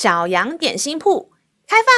小羊点心铺开饭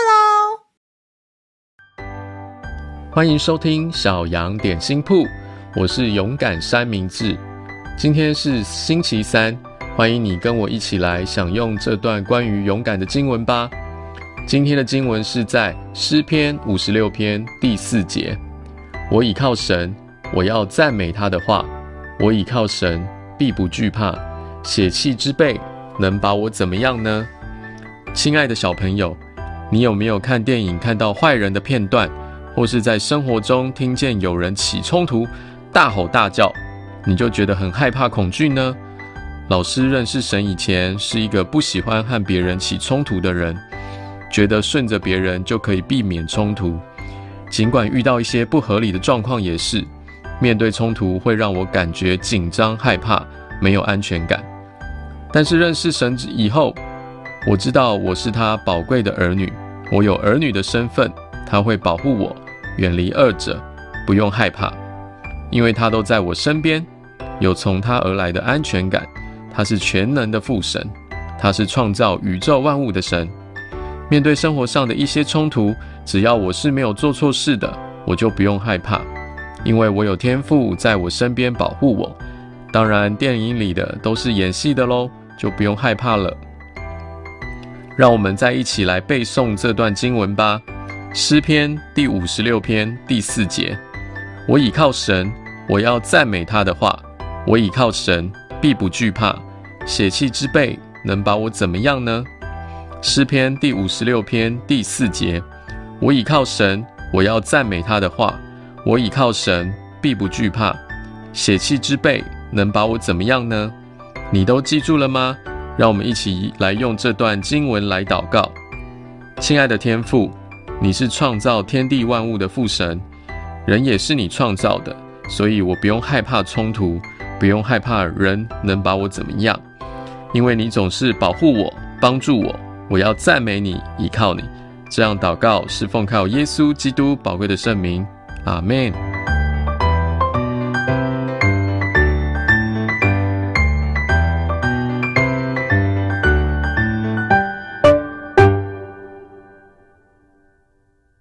喽！ 欢迎收听小羊点心铺，我是勇敢三明治。今天是星期三，欢迎你跟我一起来享用这段关于勇敢的经文吧。今天的经文是在诗篇56篇第4节。我倚靠神，我要赞美他的话。我倚靠神，必不惧怕。血气之辈能把我怎么样呢？亲爱的小朋友，你有没有看电影看到坏人的片段，或是在生活中听见有人起冲突，大吼大叫，你就觉得很害怕恐惧呢？老师认识神以前是一个不喜欢和别人起冲突的人，觉得顺着别人就可以避免冲突，尽管遇到一些不合理的状况也是，面对冲突会让我感觉紧张害怕，没有安全感。但是认识神以后，我知道我是他宝贵的儿女，我有儿女的身份，他会保护我，远离恶者，不用害怕，因为他都在我身边，有从他而来的安全感。他是全能的父神，他是创造宇宙万物的神。面对生活上的一些冲突，只要我是没有做错事的，我就不用害怕，因为我有天父在我身边保护我。当然电影里的都是演戏的咯，就不用害怕了。让我们再一起来背诵这段经文吧。诗篇第56篇第4节。我倚靠神，我要赞美他的话。我倚靠神，必不惧怕。血气之辈能把我怎么样呢？诗篇第56篇第4节。我倚靠神，我要赞美他的话。我倚靠神，必不惧怕。血气之辈能把我怎么样呢？你都记住了吗？让我们一起来用这段经文来祷告。亲爱的天父，你是创造天地万物的父神，人也是你创造的，所以我不用害怕冲突，不用害怕人能把我怎么样，因为你总是保护我，帮助我。我要赞美你，依靠你。这样祷告是奉靠耶稣基督宝贵的圣名，阿们。